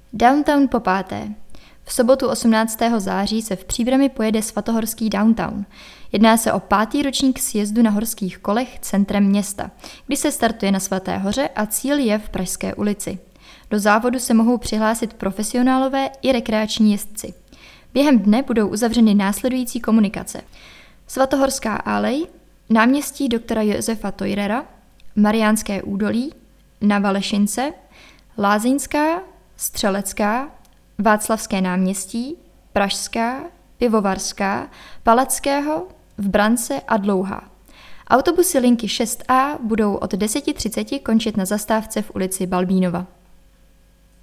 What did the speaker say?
Downtown po páté. V sobotu 18. září se v Příbrami pojede svatohorský Downtown. Jedná se o 5. ročník sjezdu na horských kolech centrem města, kdy se startuje na Svaté hoře a cíl je v Pražské ulici. Do závodu se mohou přihlásit profesionálové i rekreační jezdci. Během dne budou uzavřeny následující komunikace. Svatohorská alej, náměstí doktora Josefa Teurera, Mariánské údolí, Na Valešince, Lázeňská, Střelecká, Václavské náměstí, Pražská, Pivovarská, Palackého, v Brance a Dlouhá. Autobusy linky 6A budou od 10:30 končit na zastávce v ulici Balbínova.